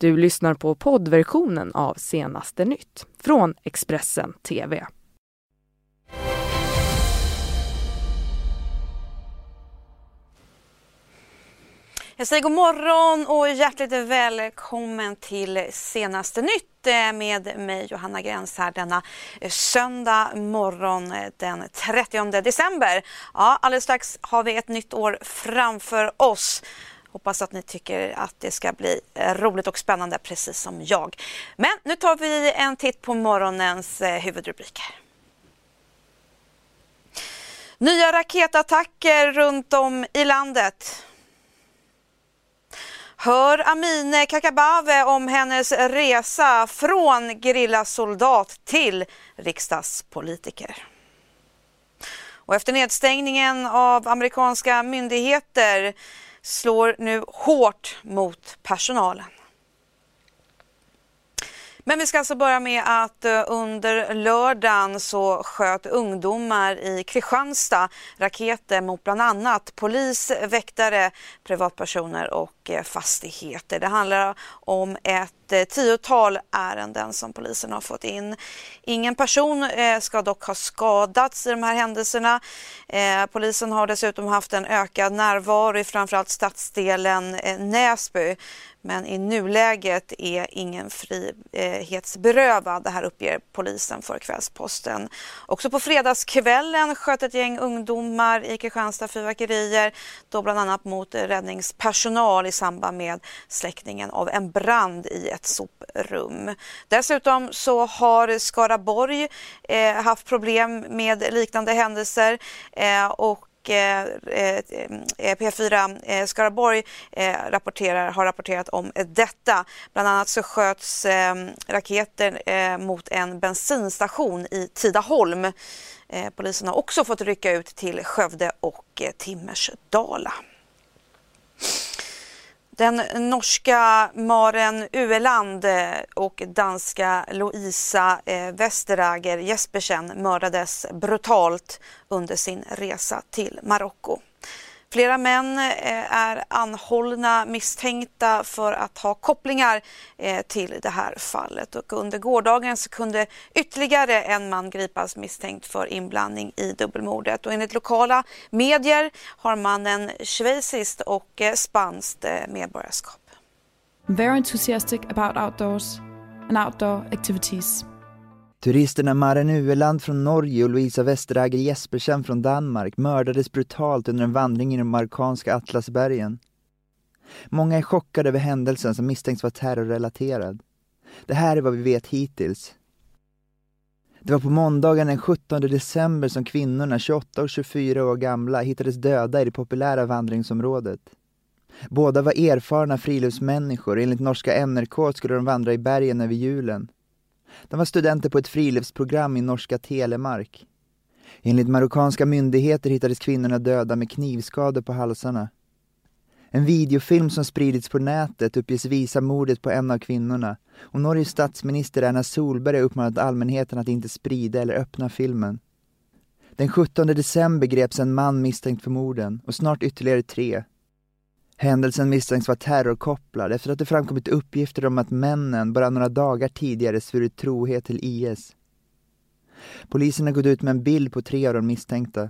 Du lyssnar på poddversionen av Senaste nytt från Expressen TV. Jag säger god morgon och hjärtligt välkommen till Senaste nytt med mig Johanna Gräns här denna söndag morgon den 30 december. Ja, alldeles strax har vi ett nytt år framför oss. Hoppas att ni tycker att det ska bli roligt och spännande precis som jag. Men nu tar vi en titt på morgonens huvudrubriker. Nya raketattacker runt om i landet. Hör Amineh Kakabaveh om hennes resa från gerillasoldat till riksdagspolitiker. Och efter nedstängningen av amerikanska myndigheter slår nu hårt mot personalen. Men vi ska alltså börja med att under lördagen så sköt ungdomar i Kristianstad raketer mot bland annat polis, väktare, privatpersoner och fastigheter. Det handlar om ett 10-tal ärenden som polisen har fått in. Ingen person ska dock ha skadats i de här händelserna. Polisen har dessutom haft en ökad närvaro i framförallt stadsdelen Näsby. Men i nuläget är ingen frihetsberövad, det här uppger polisen för Kvällsposten. Också på fredagskvällen sköt ett gäng ungdomar i Kristianstad fyrverkerier, då bland annat mot räddningspersonal i samband med släckningen av en brand i ett soprum. Dessutom så har Skaraborg haft problem med liknande händelser och P4 Skaraborg har rapporterat om detta. Bland annat så sköts raketer mot en bensinstation i Tidaholm. Polisen har också fått rycka ut till Skövde och Timmersdala. Den norska Maren Ueland och danska Louisa Vesterager Jespersen mördades brutalt under sin resa till Marocko. Flera män är anhållna misstänkta för att ha kopplingar till det här fallet. Och under gårdagen så kunde ytterligare en man gripas misstänkt för inblandning i dubbelmordet. Och enligt lokala medier har mannen schweiziskt och spanskt medborgarskap. I'm very enthusiastic about outdoors and outdoor activities. Turisterna Maren Ueland från Norge och Louisa Vesterager Jespersen från Danmark mördades brutalt under en vandring i de marockanska Atlasbergen. Många är chockade över händelsen som misstänks vara terrorrelaterad. Det här är vad vi vet hittills. Det var på måndagen den 17 december som kvinnorna 28 och 24 år gamla hittades döda i det populära vandringsområdet. Båda var erfarna friluftsmänniskor och enligt norska NRK skulle de vandra i bergen över julen. De var studenter på ett friluftsprogram i norska Telemark. Enligt marockanska myndigheter hittades kvinnorna döda med knivskador på halsarna. En videofilm som spridits på nätet uppges visa mordet på en av kvinnorna, och Norges statsminister Erna Solberg har uppmanat allmänheten att inte sprida eller öppna filmen. Den 17 december greps en man misstänkt för morden och snart ytterligare 3. Händelsen misstänks vara terrorkopplad efter att det framkommit uppgifter om att männen bara några dagar tidigare svurit trohet till IS. Polisen har gått ut med en bild på 3 av de misstänkta.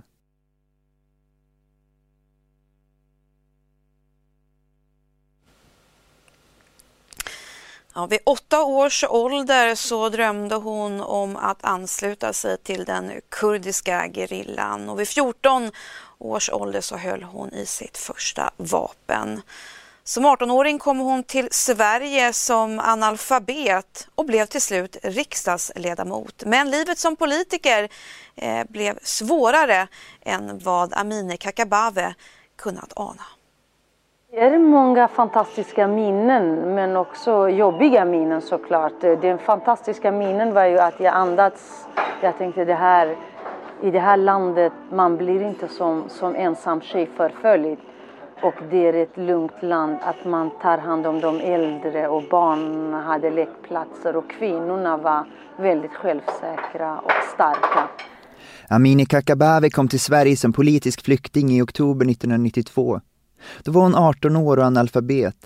Ja, vid 8 års ålder så drömde hon om att ansluta sig till den kurdiska gerillan, och vid 14 års ålder så höll hon i sitt första vapen. Som 18-åring kom hon till Sverige som analfabet och blev till slut riksdagsledamot. Men livet som politiker blev svårare än vad Amineh Kakabaveh kunnat ana. Det är många fantastiska minnen, men också jobbiga minnen såklart. Den fantastiska minnen var ju att jag andats. Jag tänkte i det här landet, man blir inte som ensam tjej förföljd. Och det är ett lugnt land, att man tar hand om de äldre och barn hade lekplatser och kvinnorna var väldigt självsäkra och starka. Amineh Kakabaveh kom till Sverige som politisk flykting i oktober 1992. Då var hon 18 år och analfabet.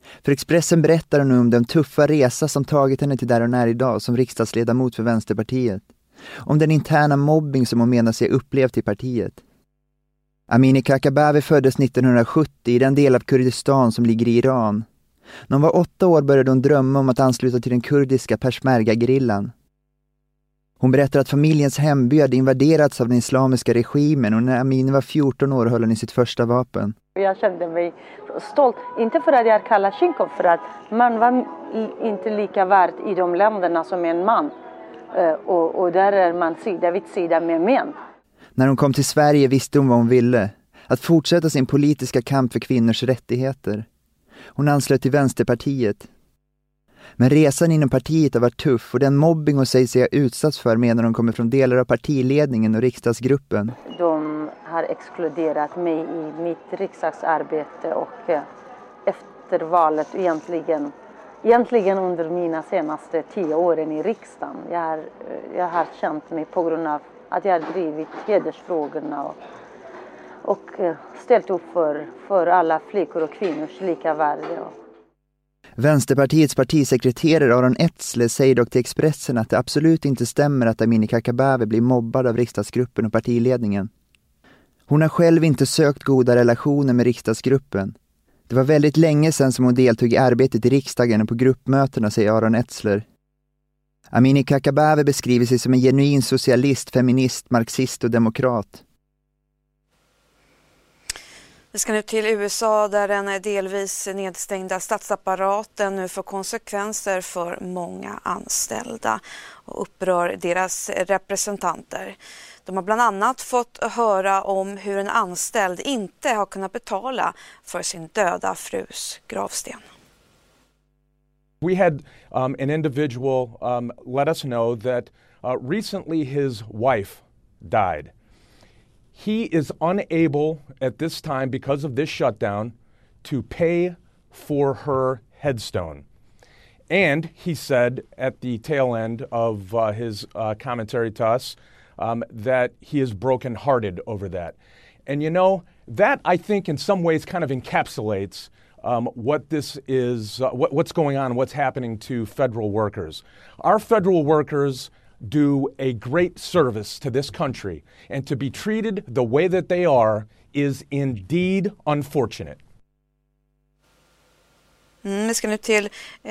För Expressen berättar hon om den tuffa resa som tagit henne till där hon är idag som riksdagsledamot för Vänsterpartiet. Om den interna mobbing som hon menar sig upplevt i partiet. Amineh Kakabaveh föddes 1970 i den del av Kurdistan som ligger i Iran. När hon var 8 år började hon drömma om att ansluta till den kurdiska Peshmerga-gerillan. Hon berättar att familjens hemby hade invaderats av den islamiska regimen och när Amineh var 14 år höll hon i sitt första vapen. Jag kände mig stolt, inte för att jag är Kalashnikov, för att man var inte lika värd i de länderna som en man. Och där är man sida vid sida med män. När hon kom till Sverige visste hon vad hon ville. Att fortsätta sin politiska kamp för kvinnors rättigheter. Hon anslöt till Vänsterpartiet. Men resan inom partiet har varit tuff och den mobbing hon säger sig ha utsatts för menar hon kommer från delar av partiledningen och riksdagsgruppen. De har exkluderat mig i mitt riksdagsarbete och efter valet egentligen under mina senaste 10 åren i riksdagen. Jag har känt mig på grund av att jag har drivit hedersfrågorna och ställt upp för alla flickor och kvinnors lika värde. Vänsterpartiets partisekreterare Aron Etzler säger dock till Expressen att det absolut inte stämmer att Amineh Kakabaveh blir mobbad av riksdagsgruppen och partiledningen. Hon har själv inte sökt goda relationer med riksdagsgruppen. Det var väldigt länge sedan som hon deltog i arbetet i riksdagen och på gruppmötena, säger Aron Etzler. Amineh Kakabaveh beskriver sig som en genuin socialist, feminist, marxist och demokrat. Vi ska nu till USA där den delvis nedstängda statsapparaten nu får konsekvenser för många anställda och upprör deras representanter. De har bland annat fått höra om hur en anställd inte har kunnat betala för sin döda frus gravsten. We had an individual let us know that recently his wife died. He is unable at this time, because of this shutdown, to pay for her headstone. And he said at the tail end of his commentary to us that he is brokenhearted over that. And you know, that I think in some ways kind of encapsulates what this is, what's going on, what's happening to federal workers. Our federal workers do a great service to this country, and to be treated the way that they are is indeed unfortunate. Vi ska nu till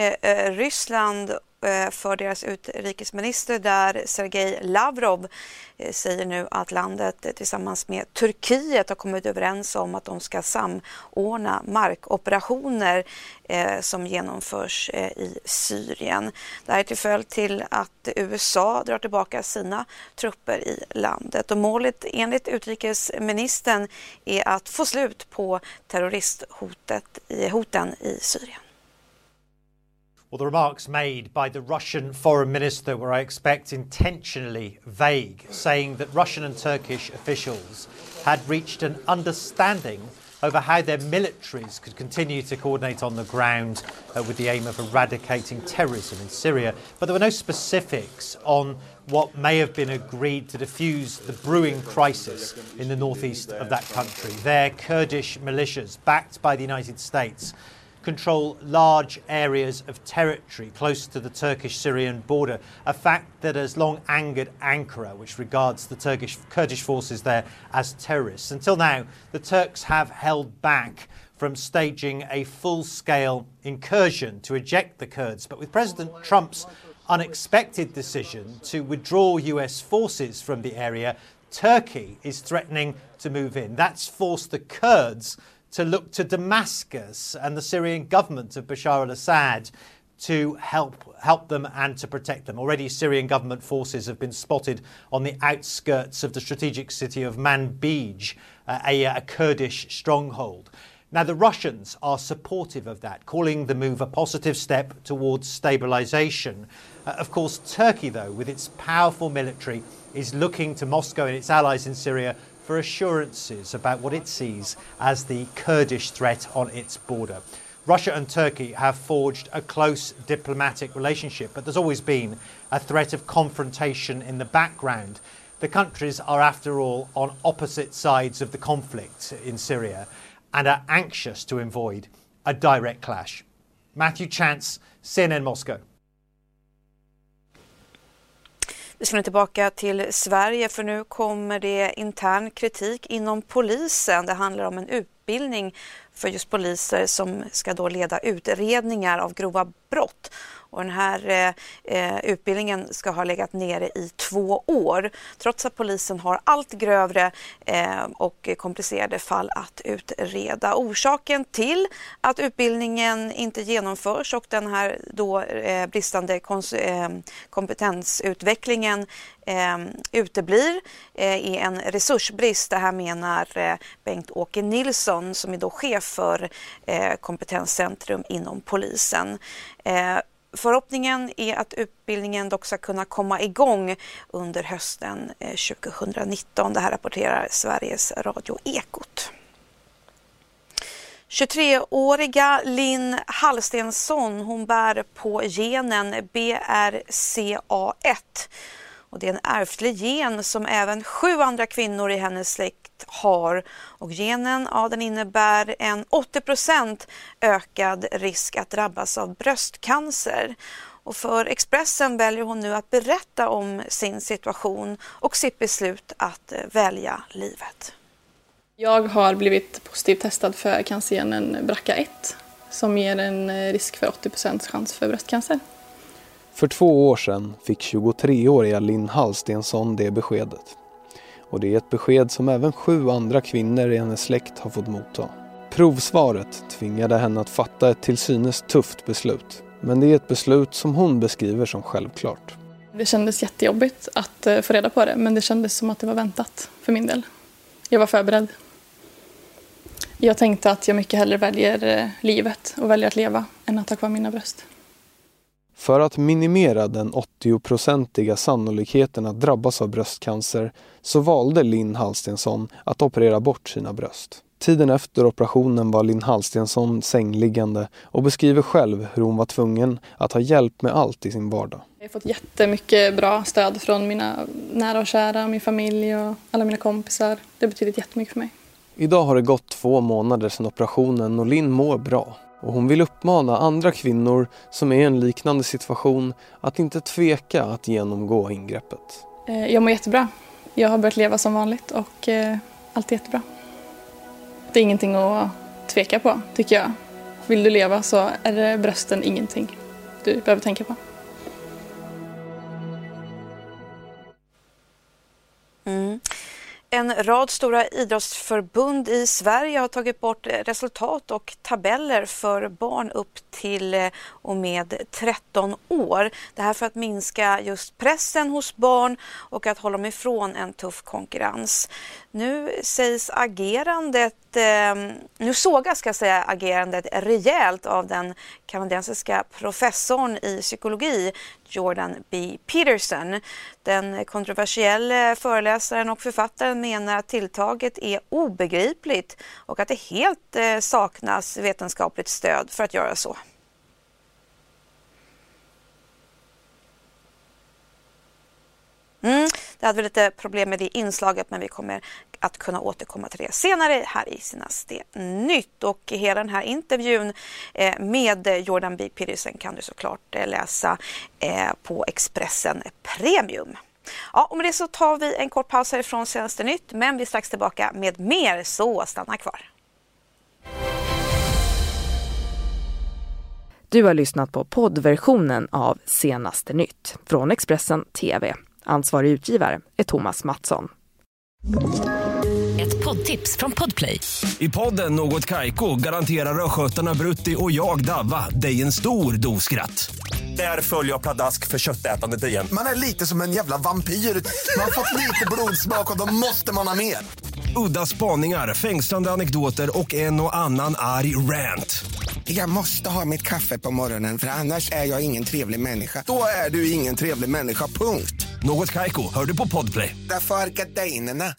Ryssland för deras utrikesminister där Sergej Lavrov säger nu att landet tillsammans med Turkiet har kommit överens om att de ska samordna markoperationer som genomförs i Syrien. Det här är till följd till att USA drar tillbaka sina trupper i landet och målet enligt utrikesministern är att få slut på terroristhoten i Syrien. Well, the remarks made by the Russian foreign minister were, I expect, intentionally vague, saying that Russian and Turkish officials had reached an understanding over how their militaries could continue to coordinate on the ground with the aim of eradicating terrorism in Syria. But there were no specifics on what may have been agreed to defuse the brewing crisis in the northeast of that country. Their Kurdish militias, backed by the United States, control large areas of territory close to the Turkish-Syrian border, a fact that has long angered Ankara, which regards the Kurdish forces there as terrorists. Until now, the Turks have held back from staging a full-scale incursion to eject the Kurds. But with President Trump's unexpected decision to withdraw US forces from the area, Turkey is threatening to move in. That's forced the Kurds to look to Damascus and the Syrian government of Bashar al-Assad to help them and to protect them. Already Syrian government forces have been spotted on the outskirts of the strategic city of Manbij, a Kurdish stronghold. Now the Russians are supportive of that, calling the move a positive step towards stabilisation. Of course, Turkey, though, with its powerful military, is looking to Moscow and its allies in Syria for assurances about what it sees as the Kurdish threat on its border. Russia and Turkey have forged a close diplomatic relationship, but there's always been a threat of confrontation in the background. The countries are, after all, on opposite sides of the conflict in Syria and are anxious to avoid a direct clash. Matthew Chance, CNN Moscow. Vi ska nu tillbaka till Sverige, för nu kommer det intern kritik inom polisen. Det handlar om en utbildning för just poliser som ska då leda utredningar av grova brott. Och den här utbildningen ska ha legat nere i 2 år, trots att polisen har allt grövre och komplicerade fall att utreda. Orsaken till att utbildningen inte genomförs och den här då bristande kompetensutvecklingen uteblir är en resursbrist. Det här menar Bengt-Åke Nilsson, som är då chef för kompetenscentrum inom polisen. Förhoppningen är att utbildningen dock ska kunna komma igång under hösten 2019. Det här rapporterar Sveriges Radio Ekot. 23-åriga Linn Hallstensson, hon bär på genen BRCA1. Och det är en ärftlig gen som även 7 andra kvinnor i hennes släkt har. Och genen, ja, den innebär en 80% ökad risk att drabbas av bröstcancer. Och för Expressen väljer hon nu att berätta om sin situation och sitt beslut att välja livet. Jag har blivit positivt testad för cancergenen BRCA1 som ger en risk för 80% chans för bröstcancer. För 2 år sedan fick 23-åriga Linn Hallstensson det beskedet. Och det är ett besked som även 7 andra kvinnor i hennes släkt har fått motta. Provsvaret tvingade henne att fatta ett till synes tufft beslut. Men det är ett beslut som hon beskriver som självklart. Det kändes jättejobbigt att få reda på det, men det kändes som att det var väntat för min del. Jag var förberedd. Jag tänkte att jag mycket hellre väljer livet och väljer att leva än att ha kvar mina bröst. För att minimera den 80-procentiga sannolikheten att drabbas av bröstcancer så valde Linn Hallstensson att operera bort sina bröst. Tiden efter operationen var Linn Hallstensson sängliggande och beskriver själv hur hon var tvungen att ha hjälp med allt i sin vardag. Jag har fått jättemycket bra stöd från mina nära och kära, min familj och alla mina kompisar. Det betyder jättemycket för mig. Idag har det gått 2 månader sedan operationen och Linn mår bra. Och hon vill uppmana andra kvinnor som är i en liknande situation att inte tveka att genomgå ingreppet. Jag mår jättebra. Jag har börjat leva som vanligt och allt är jättebra. Det är ingenting att tveka på, tycker jag. Vill du leva så är brösten ingenting du behöver tänka på. En rad stora idrottsförbund i Sverige har tagit bort resultat och tabeller för barn upp till och med 13 år. Det här för att minska just pressen hos barn och att hålla dem ifrån en tuff konkurrens. Nu sågas agerandet rejält av den kanadensiska professorn i psykologi Jordan B. Peterson. Den kontroversiella föreläsaren och författaren menar att tilltaget är obegripligt och att det helt saknas vetenskapligt stöd för att göra så. Det hade vi lite problem med det inslaget, men vi kommer att kunna återkomma till det senare här i Senaste Nytt. Och hela den här intervjun med Jordan B. Peterson kan du såklart läsa på Expressen Premium. Ja, och med det så tar vi en kort paus härifrån Senaste Nytt, men vi är strax tillbaka med mer, så stanna kvar. Du har lyssnat på poddversionen av Senaste Nytt från Expressen TV. Ansvarig utgivare är Thomas Mattsson. Ett poddtips från Podplay. I podden Något Kaiko garanterar röskötarna Brutti och jag Davva dig en stor doskratt. Där följer jag pladask för köttätandet igen. Man är lite som en jävla vampyr. Man har fått lite blodsmak och då måste man ha mer. Udda spaningar, fängslande anekdoter och en och annan arg rant. Jag måste ha mitt kaffe på morgonen för annars är jag ingen trevlig människa. Då är du ingen trevlig människa, punkt. Något Kaiko, hör du på Podplay. Därför är gardinerna.